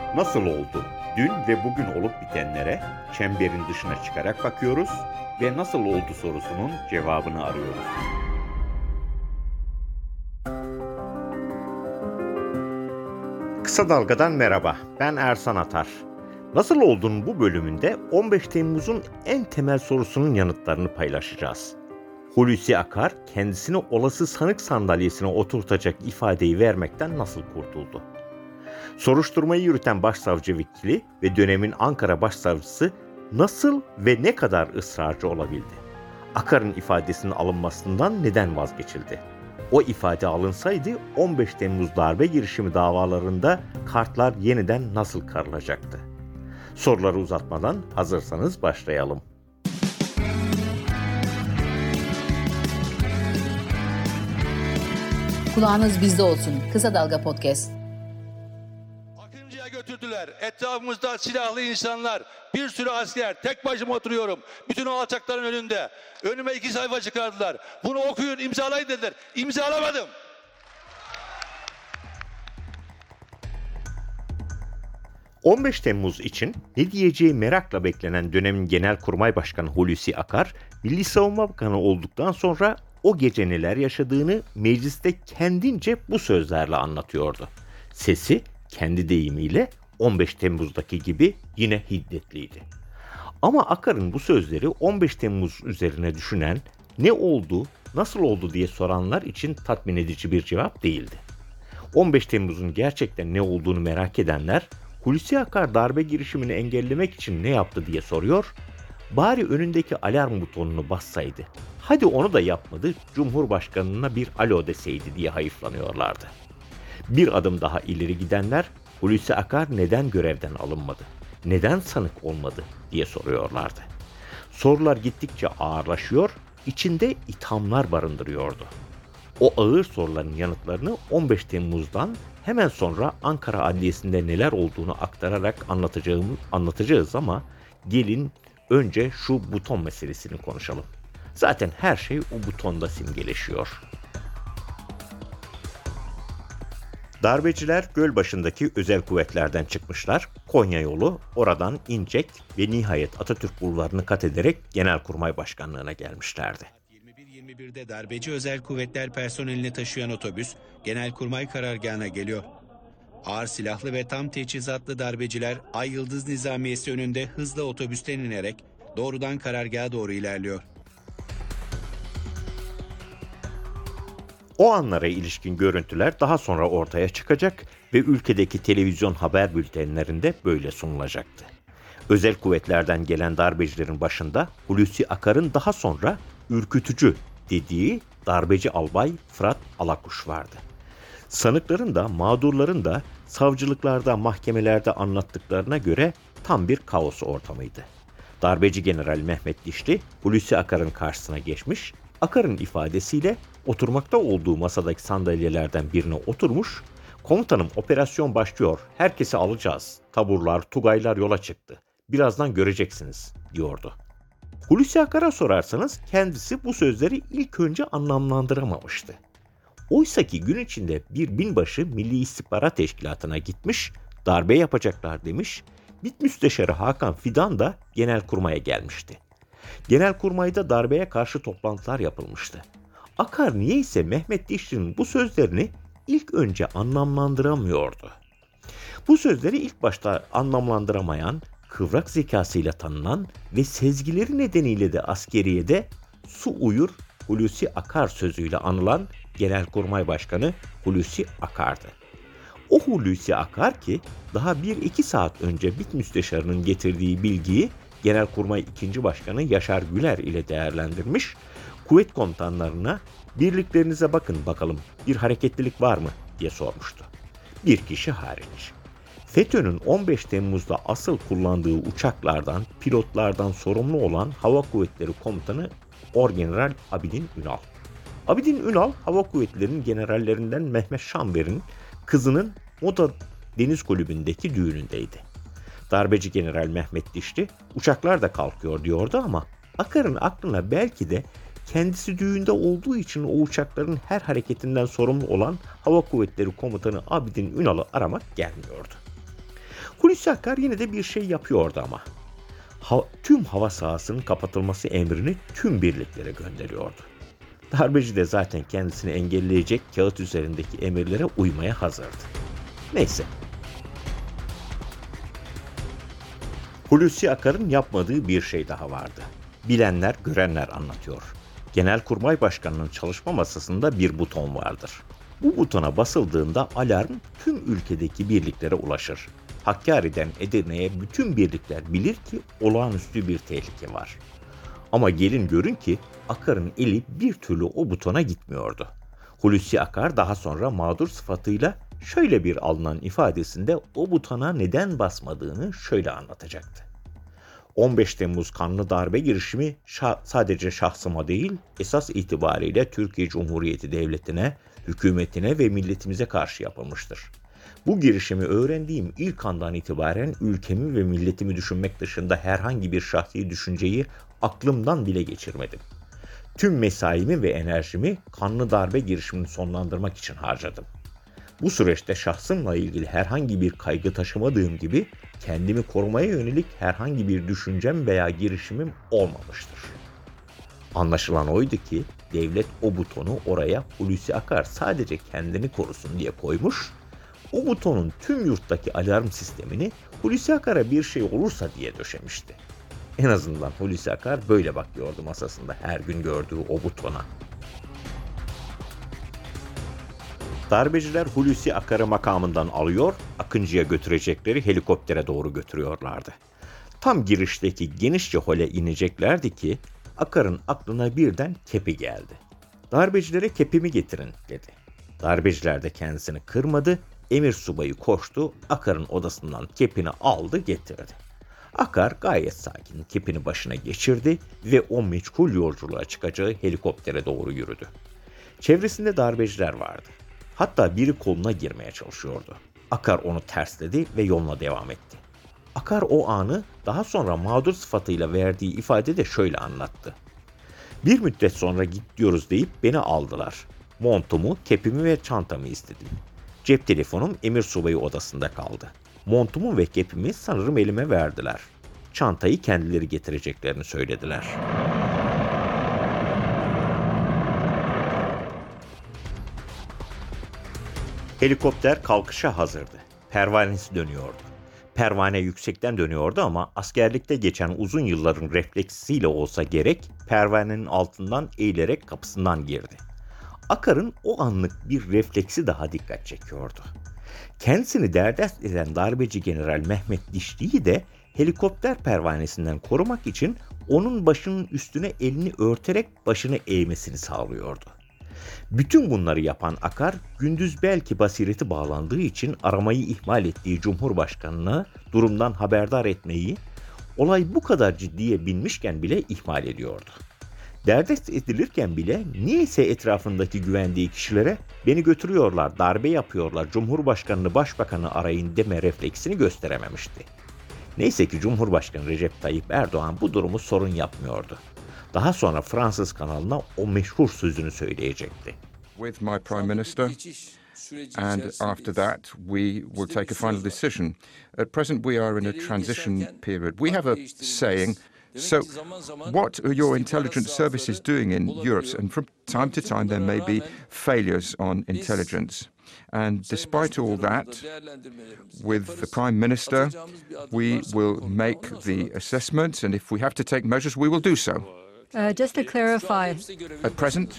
Nasıl oldu? Dün ve bugün olup bitenlere çemberin dışına çıkarak bakıyoruz ve nasıl oldu sorusunun cevabını arıyoruz. Kısa Dalga'dan merhaba, ben Ersan Atar. Nasıl oldun bu bölümünde 15 Temmuz'un en temel sorusunun yanıtlarını paylaşacağız. Hulusi Akar kendisini olası sanık sandalyesine oturtacak ifadeyi vermekten nasıl kurtuldu? Soruşturmayı yürüten başsavcı vekili ve dönemin Ankara başsavcısı nasıl ve ne kadar ısrarcı olabildi? Akar'ın ifadesinin alınmasından neden vazgeçildi? O ifade alınsaydı 15 Temmuz darbe girişimi davalarında kartlar yeniden nasıl karılacaktı? Soruları uzatmadan hazırsanız başlayalım. Kulağınız bizde olsun. Kısa Dalga Podcast. Akıncı'ya götürdüler. Etrafımızda silahlı insanlar, bir sürü asker. Tek başıma oturuyorum. Bütün o alçakların önünde. Önüme 2 sayfa çıkardılar. Bunu okuyun, imzalayın dediler. İmzalamadım. ...15 Temmuz için ne diyeceği merakla beklenen dönemin Genelkurmay Başkanı Hulusi Akar, Milli Savunma Bakanı olduktan sonra o gece neler yaşadığını mecliste kendince bu sözlerle anlatıyordu. Sesi kendi deyimiyle 15 Temmuz'daki gibi yine hiddetliydi. Ama Akar'ın bu sözleri 15 Temmuz üzerine düşünen, ne oldu, nasıl oldu diye soranlar için tatmin edici bir cevap değildi. 15 Temmuz'un gerçekten ne olduğunu merak edenler, Hulusi Akar darbe girişimini engellemek için ne yaptı diye soruyor, bari önündeki alarm butonunu bassaydı, hadi onu da yapmadı, Cumhurbaşkanına bir alo deseydi diye hayıflanıyorlardı. Bir adım daha ileri gidenler, Hulusi Akar neden görevden alınmadı, neden sanık olmadı diye soruyorlardı. Sorular gittikçe ağırlaşıyor, içinde ithamlar barındırıyordu. O ağır soruların yanıtlarını 15 Temmuz'dan hemen sonra Ankara Adliyesi'nde neler olduğunu aktararak anlatacağız ama gelin önce şu buton meselesini konuşalım. Zaten her şey o butonda simgeleşiyor. Darbeciler Gölbaşı'ndaki özel kuvvetlerden çıkmışlar. Konya yolu, oradan İncek ve nihayet Atatürk Bulvarı'nı kat ederek Genelkurmay Başkanlığı'na gelmişlerdi. 21.21'de darbeci özel kuvvetler personelini taşıyan otobüs Genelkurmay karargahına geliyor. Ağır silahlı ve tam teçhizatlı darbeciler Ay Yıldız Nizamiyesi önünde hızla otobüsten inerek doğrudan karargaha doğru ilerliyor. O anlara ilişkin görüntüler daha sonra ortaya çıkacak ve ülkedeki televizyon haber bültenlerinde böyle sunulacaktı. Özel kuvvetlerden gelen darbecilerin başında Hulusi Akar'ın daha sonra ürkütücü dediği darbeci albay Fırat Alakuş vardı. Sanıkların da mağdurların da savcılıklarda, mahkemelerde anlattıklarına göre tam bir kaos ortamıydı. Darbeci General Mehmet Dişli Hulusi Akar'ın karşısına geçmiş, Akar'ın ifadesiyle oturmakta olduğu masadaki sandalyelerden birine oturmuş, "Komutanım, operasyon başlıyor, herkesi alacağız, taburlar, tugaylar yola çıktı, birazdan göreceksiniz," diyordu. Hulusi Akar'a sorarsanız kendisi bu sözleri ilk önce anlamlandıramamıştı. Oysaki gün içinde bir binbaşı Milli İstihbarat Teşkilatı'na gitmiş, darbe yapacaklar demiş, MİT Müsteşarı Hakan Fidan da Genelkurmay'a gelmişti. Genelkurmay'da darbeye karşı toplantılar yapılmıştı. Akar niyeyse Mehmet Dişli'nin bu sözlerini ilk önce anlamlandıramıyordu. Bu sözleri ilk başta anlamlandıramayan, kıvrak zekasıyla tanınan ve sezgileri nedeniyle de askeriyede su uyur Hulusi Akar sözüyle anılan Genelkurmay Başkanı Hulusi Akar'dı. O Hulusi Akar ki daha 1-2 saat önce MİT Müsteşarı'nın getirdiği bilgiyi Genelkurmay 2. Başkanı Yaşar Güler ile değerlendirmiş, kuvvet komutanlarına "Birliklerinize bakın bakalım, bir hareketlilik var mı?" diye sormuştu. Bir kişi hariç. FETÖ'nün 15 Temmuz'da asıl kullandığı uçaklardan, pilotlardan sorumlu olan Hava Kuvvetleri Komutanı Orgeneral Abidin Ünal. Abidin Ünal, Hava Kuvvetleri'nin generallerinden Mehmet Şamver'in kızının Moda Deniz Kulübü'ndeki düğünündeydi. Darbeci General Mehmet Dişli, "Uçaklar da kalkıyor," diyordu ama Akar'ın aklına belki de kendisi düğünde olduğu için o uçakların her hareketinden sorumlu olan Hava Kuvvetleri Komutanı Abidin Ünal'ı aramak gelmiyordu. Hulusi Akar yine de bir şey yapıyordu ama. Tüm hava sahasının kapatılması emrini tüm birliklere gönderiyordu. Darbeci de zaten kendisini engelleyecek kağıt üzerindeki emirlere uymaya hazırdı. Neyse. Hulusi Akar'ın yapmadığı bir şey daha vardı. Bilenler, görenler anlatıyor. Genelkurmay Başkanı'nın çalışma masasında bir buton vardır. Bu butona basıldığında alarm tüm ülkedeki birliklere ulaşır. Hakkari'den Edirne'ye bütün birlikler bilir ki olağanüstü bir tehlike var. Ama gelin görün ki Akar'ın eli bir türlü o butona gitmiyordu. Hulusi Akar daha sonra mağdur sıfatıyla şöyle bir alınan ifadesinde o butona neden basmadığını şöyle anlatacaktı. 15 Temmuz kanlı darbe girişimi sadece şahsıma değil, esas itibariyle Türkiye Cumhuriyeti Devleti'ne, hükümetine ve milletimize karşı yapılmıştır. Bu girişimi öğrendiğim ilk andan itibaren ülkemi ve milletimi düşünmek dışında herhangi bir şahsi düşünceyi aklımdan bile geçirmedim. Tüm mesaimi ve enerjimi kanlı darbe girişimini sonlandırmak için harcadım. Bu süreçte şahsımla ilgili herhangi bir kaygı taşımadığım gibi kendimi korumaya yönelik herhangi bir düşüncem veya girişimim olmamıştır. Anlaşılan oydu ki devlet o butonu oraya Hulusi Akar sadece kendini korusun diye koymuş, o butonun tüm yurttaki alarm sistemini Hulusi Akar'a bir şey olursa diye döşemişti. En azından Hulusi Akar böyle bakıyordu masasında her gün gördüğü o butona. Darbeciler Hulusi Akar'ı makamından alıyor, Akıncı'ya götürecekleri helikoptere doğru götürüyorlardı. Tam girişteki genişçe hole ineceklerdi ki Akar'ın aklına birden kepi geldi. Darbecilere kepimi getirin dedi. Darbeciler de kendisini kırmadı, emir subayı koştu, Akar'ın odasından kepini aldı getirdi. Akar gayet sakin kepini başına geçirdi ve o meçhul yolculuğa çıkacağı helikoptere doğru yürüdü. Çevresinde darbeciler vardı. Hatta biri koluna girmeye çalışıyordu. Akar onu tersledi ve yoluna devam etti. Akar o anı daha sonra mağdur sıfatıyla verdiği ifadede şöyle anlattı. Bir müddet sonra git diyoruz deyip beni aldılar. Montumu, kepimi ve çantamı istedim. Cep telefonum emir subayı odasında kaldı. Montumu ve kepimi sanırım elime verdiler. Çantayı kendileri getireceklerini söylediler. Helikopter kalkışa hazırdı. Pervanesi dönüyordu. Pervane yüksekten dönüyordu ama askerlikte geçen uzun yılların refleksiyle olsa gerek pervanenin altından eğilerek kapısından girdi. Akar'ın o anlık bir refleksi daha dikkat çekiyordu. Kendisini derdest eden darbeci General Mehmet Dişli'yi de helikopter pervanesinden korumak için onun başının üstüne elini örterek başını eğmesini sağlıyordu. Bütün bunları yapan Akar, gündüz belki basireti bağlandığı için aramayı ihmal ettiği Cumhurbaşkanı'na durumdan haberdar etmeyi, olay bu kadar ciddiye binmişken bile ihmal ediyordu. Derdest edilirken bile niyeyse etrafındaki güvendiği kişilere beni götürüyorlar, darbe yapıyorlar, Cumhurbaşkanı'nı, Başbakan'ı arayın deme refleksini gösterememişti. Neyse ki Cumhurbaşkanı Recep Tayyip Erdoğan bu durumu sorun yapmıyordu. Daha sonra Fransız kanalına o meşhur sözünü söyleyecekti. With my Prime Minister, and after that we will take a final decision. At present we are in a transition period. We have a saying, so what are your intelligence services doing in Europe? And from time to time there may be failures on intelligence. And despite all that, with the Prime Minister, we will make the assessment, and if we have to take measures, we will do so. Just to clarify. At present,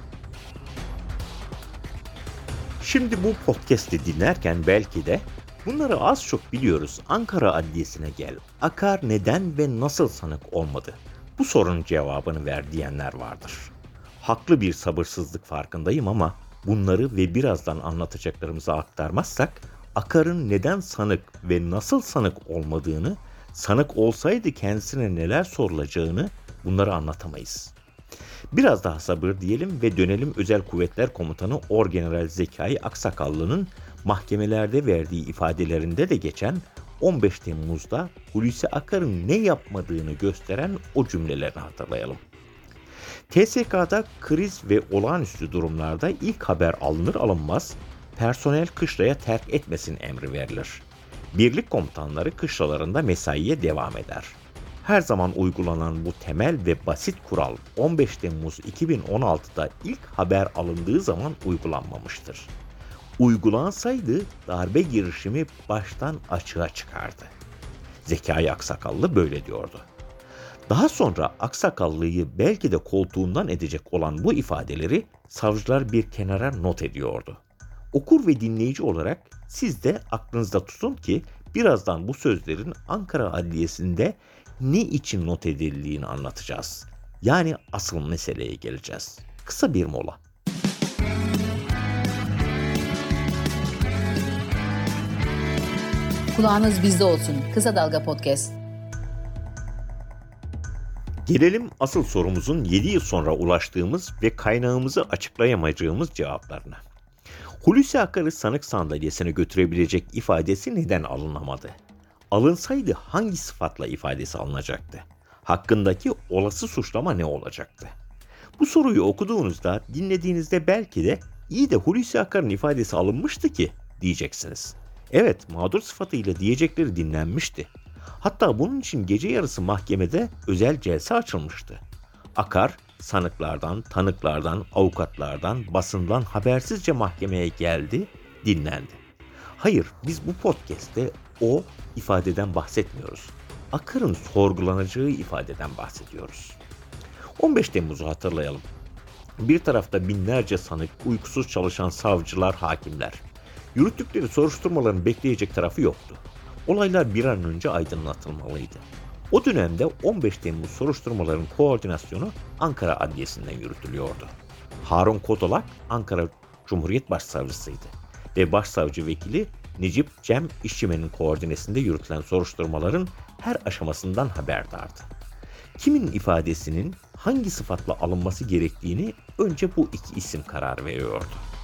Şimdi bu podcast'i dinlerken belki de bunları az çok biliyoruz. Ankara Adliyesi'ne gel. Akar neden ve nasıl sanık olmadı? Bu sorunun cevabını ver diyenler vardır. Haklı bir sabırsızlık farkındayım ama bunları ve birazdan anlatacaklarımızı aktarmazsak Akar'ın neden sanık ve nasıl sanık olmadığını, sanık olsaydı kendisine neler sorulacağını bunları anlatamayız. Biraz daha sabır diyelim ve dönelim Özel Kuvvetler Komutanı Orgeneral Zekai Aksakallı'nın mahkemelerde verdiği ifadelerinde de geçen 15 Temmuz'da Hulusi Akar'ın ne yapmadığını gösteren o cümlelerini hatırlayalım. TSK'da kriz ve olağanüstü durumlarda ilk haber alınır alınmaz personel kışlaya terk etmesin emri verilir. Birlik komutanları kışlalarında mesaiye devam eder. Her zaman uygulanan bu temel ve basit kural 15 Temmuz 2016'da ilk haber alındığı zaman uygulanmamıştır. Uygulansaydı darbe girişimi baştan açığa çıkardı. Zekai Aksakallı böyle diyordu. Daha sonra Aksakallı'yı belki de koltuğundan edecek olan bu ifadeleri savcılar bir kenara not ediyordu. Okur ve dinleyici olarak siz de aklınızda tutun ki birazdan bu sözlerin Ankara Adliyesi'nde ne için not edildiğini anlatacağız. Yani asıl meseleye geleceğiz. Kısa bir mola. Kulağınız bizde olsun. Kısa Dalga Podcast. Gelelim asıl sorumuzun 7 yıl sonra ulaştığımız ve kaynağımızı açıklayamayacağımız cevaplarına. Hulusi Akar'ı sanık sandalyesine götürebilecek ifadesi neden alınamadı? Alınsaydı hangi sıfatla ifadesi alınacaktı? Hakkındaki olası suçlama ne olacaktı? Bu soruyu okuduğunuzda, dinlediğinizde belki de iyi de Hulusi Akar'ın ifadesi alınmıştı ki diyeceksiniz. Evet, mağdur sıfatıyla diyecekleri dinlenmişti. Hatta bunun için gece yarısı mahkemede özel celse açılmıştı. Akar, sanıklardan, tanıklardan, avukatlardan, basından habersizce mahkemeye geldi, dinlendi. Hayır, biz bu podcast'te o ifadeden bahsetmiyoruz. Akar'ın sorgulanacağı ifadeden bahsediyoruz. 15 Temmuz'u hatırlayalım. Bir tarafta binlerce sanık, uykusuz çalışan savcılar, hakimler. Yürüttükleri soruşturmaların bekleyecek tarafı yoktu. Olaylar bir an önce aydınlatılmalıydı. O dönemde 15 Temmuz soruşturmaların koordinasyonu Ankara Adliyesi'nden yürütülüyordu. Harun Kodolak Ankara Cumhuriyet Başsavcısıydı ve Başsavcı Vekili Necip Cem İşçimen'in koordinesinde yürütülen soruşturmaların her aşamasından haberdardı. Kimin ifadesinin hangi sıfatla alınması gerektiğini önce bu iki isim karar veriyordu.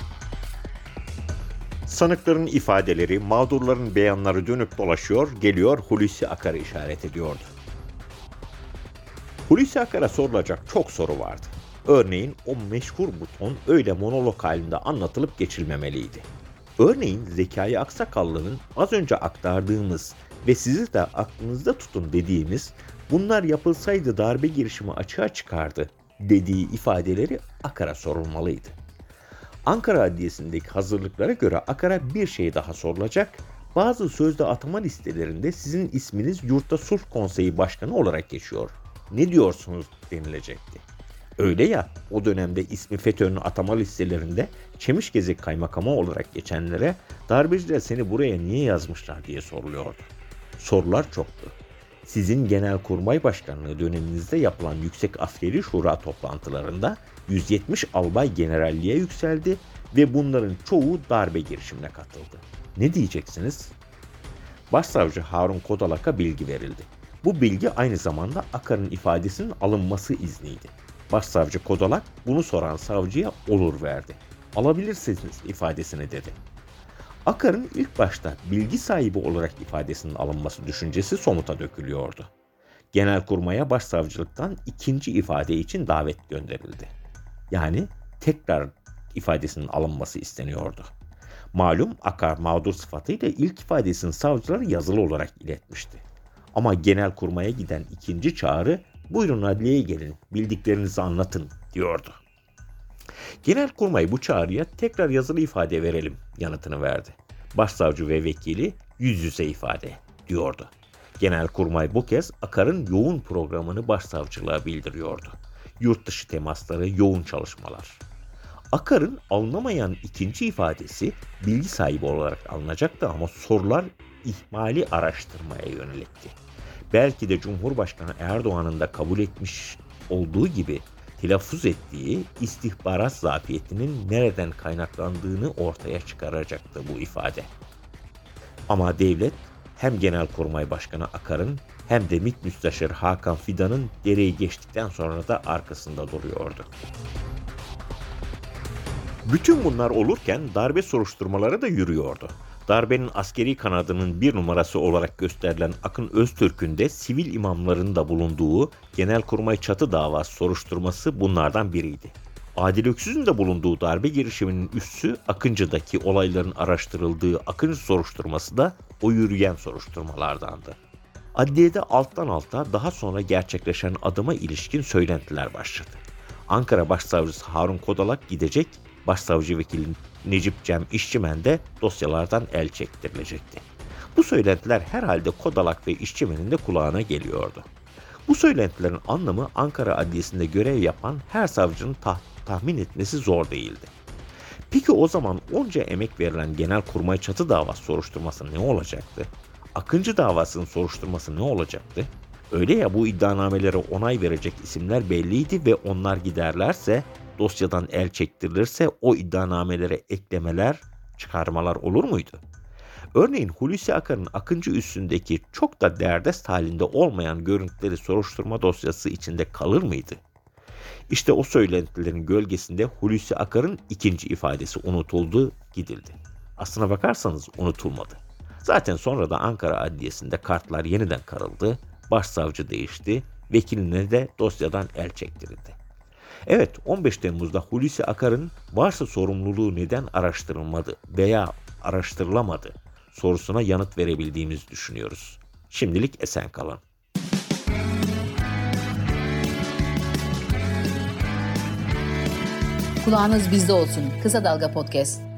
Sanıkların ifadeleri, mağdurların beyanları dönüp dolaşıyor, geliyor Hulusi Akar'ı işaret ediyordu. Hulusi Akar'a sorulacak çok soru vardı. Örneğin o meşhur buton öyle monolog halinde anlatılıp geçilmemeliydi. Örneğin Zekai Aksakallı'nın az önce aktardığımız ve sizi de aklınızda tutun dediğimiz bunlar yapılsaydı darbe girişimi açığa çıkardı dediği ifadeleri Akar'a sorulmalıydı. Ankara Adliyesi'ndeki hazırlıklara göre Akar'a bir şey daha sorulacak. Bazı sözde atama listelerinde sizin isminiz Yurtta Sulh Konseyi Başkanı olarak geçiyor. Ne diyorsunuz denilecekti. Öyle ya, o dönemde ismi FETÖ'nün atama listelerinde Çemişgezek Kaymakamı olarak geçenlere darbeciler seni buraya niye yazmışlar diye soruluyordu. Sorular çoktu. Sizin Genelkurmay Başkanlığı döneminizde yapılan Yüksek Askeri Şura toplantılarında 170 albay generalliğe yükseldi ve bunların çoğu darbe girişimine katıldı. Ne diyeceksiniz? Başsavcı Harun Kodolak'a bilgi verildi. Bu bilgi aynı zamanda Akar'ın ifadesinin alınması izniydi. Başsavcı Kodolak bunu soran savcıya olur verdi. Alabilirsiniz ifadesini dedi. Akar'ın ilk başta bilgi sahibi olarak ifadesinin alınması düşüncesi somuta dökülüyordu. Genelkurmay'a başsavcılıktan ikinci ifade için davet gönderildi. Yani tekrar ifadesinin alınması isteniyordu. Malum Akar mağdur sıfatıyla ilk ifadesini savcılara yazılı olarak iletmişti. Ama Genelkurmay'a giden ikinci çağrı buyurun adliyeye gelin, bildiklerinizi anlatın diyordu. Genelkurmay bu çağrıya tekrar yazılı ifade verelim yanıtını verdi. Başsavcı ve vekili yüz yüze ifade diyordu. Genelkurmay bu kez Akar'ın yoğun programını başsavcılığa bildiriyordu. Yurt dışı temasları, yoğun çalışmalar. Akar'ın alınamayan ikinci ifadesi bilgi sahibi olarak alınacaktı ama sorular ihmali araştırmaya yönelikti. Belki de Cumhurbaşkanı Erdoğan'ın da kabul etmiş olduğu gibi telaffuz ettiği istihbarat zafiyetinin nereden kaynaklandığını ortaya çıkaracaktı bu ifade. Ama devlet hem Genelkurmay Başkanı Akar'ın hem de MİT Müsteşarı Hakan Fidan'ın dereyi geçtikten sonra da arkasında duruyordu. Bütün bunlar olurken darbe soruşturmaları da yürüyordu. Darbenin askeri kanadının bir numarası olarak gösterilen Akın Öztürk'ün de sivil imamların da bulunduğu Genelkurmay Çatı davası soruşturması bunlardan biriydi. Adil Öksüz'ün de bulunduğu darbe girişiminin üssü Akıncı'daki olayların araştırıldığı Akıncı soruşturması da o yürüyen soruşturmalardandı. Adliyede alttan alta daha sonra gerçekleşen adıma ilişkin söylentiler başladı. Ankara Başsavcısı Harun Kodalak gidecek, Başsavcı Vekili Necip Cem İşçimen de dosyalardan el çektirilecekti. Bu söylentiler herhalde Kodalak ve İşçimen'in de kulağına geliyordu. Bu söylentilerin anlamı Ankara Adliyesi'nde görev yapan her savcının tahmin etmesi zor değildi. Peki o zaman onca emek verilen Genelkurmay Çatı davası soruşturması ne olacaktı? Akıncı davasının soruşturması ne olacaktı? Öyle ya, bu iddianamelere onay verecek isimler belliydi ve onlar giderlerse, dosyadan el çektirilirse o iddianamelere eklemeler, çıkarmalar olur muydu? Örneğin Hulusi Akar'ın Akıncı üssündeki çok da derdest halinde olmayan görüntüleri soruşturma dosyası içinde kalır mıydı? İşte o söylentilerin gölgesinde Hulusi Akar'ın ikinci ifadesi unutuldu, gidildi. Aslına bakarsanız unutulmadı. Zaten sonra da Ankara Adliyesi'nde kartlar yeniden karıldı, başsavcı değişti, vekiline de dosyadan el çektirildi. Evet, 15 Temmuz'da Hulusi Akar'ın varsa sorumluluğu neden araştırılmadı veya araştırılamadı sorusuna yanıt verebildiğimizi düşünüyoruz. Şimdilik esen kalın. Kulağınız bizde olsun. Kısa Dalga Podcast.